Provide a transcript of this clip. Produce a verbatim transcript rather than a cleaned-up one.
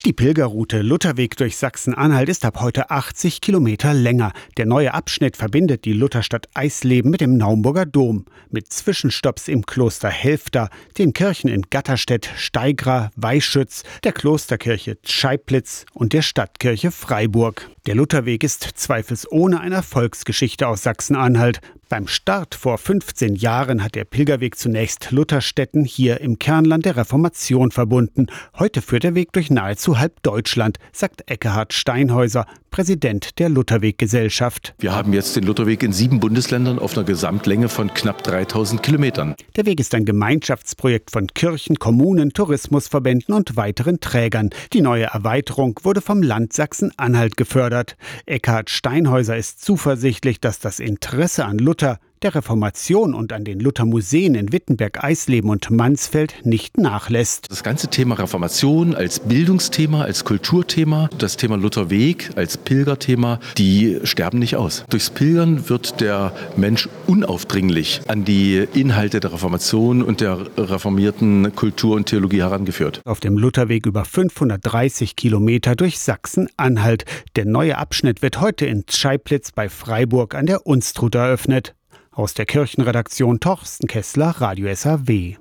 Die Pilgerroute Lutherweg durch Sachsen-Anhalt ist ab heute achtzig Kilometer länger. Der neue Abschnitt verbindet die Lutherstadt Eisleben mit dem Naumburger Dom, mit Zwischenstopps im Kloster Helfter, den Kirchen in Gatterstedt, Steigra, Weischütz, der Klosterkirche Tscheiplitz und der Stadtkirche Freiburg. Der Lutherweg ist zweifelsohne eine Erfolgsgeschichte aus Sachsen-Anhalt. Beim Start vor fünfzehn Jahren hat der Pilgerweg zunächst Lutherstädten hier im Kernland der Reformation verbunden. Heute führt der Weg durch nahezu halb Deutschland, sagt Ekkehard Steinhäuser, Präsident der Lutherweg-Gesellschaft. Wir haben jetzt den Lutherweg in sieben Bundesländern auf einer Gesamtlänge von knapp dreitausend Kilometern. Der Weg ist ein Gemeinschaftsprojekt von Kirchen, Kommunen, Tourismusverbänden und weiteren Trägern. Die neue Erweiterung wurde vom Land Sachsen-Anhalt gefördert. Ekkehard Steinhäuser ist zuversichtlich, dass das Interesse an Luther, der Reformation und an den Luthermuseen in Wittenberg, Eisleben und Mansfeld nicht nachlässt. Das ganze Thema Reformation als Bildungsthema, als Kulturthema, das Thema Lutherweg als Pilgerthema, die sterben nicht aus. Durchs Pilgern wird der Mensch unaufdringlich an die Inhalte der Reformation und der reformierten Kultur und Theologie herangeführt. Auf dem Lutherweg über fünfhundertdreißig Kilometer durch Sachsen-Anhalt. Der neue Abschnitt wird heute in Tscheiplitz bei Freiburg an der Unstrut eröffnet. Aus der Kirchenredaktion Torsten Kessler, Radio S R W.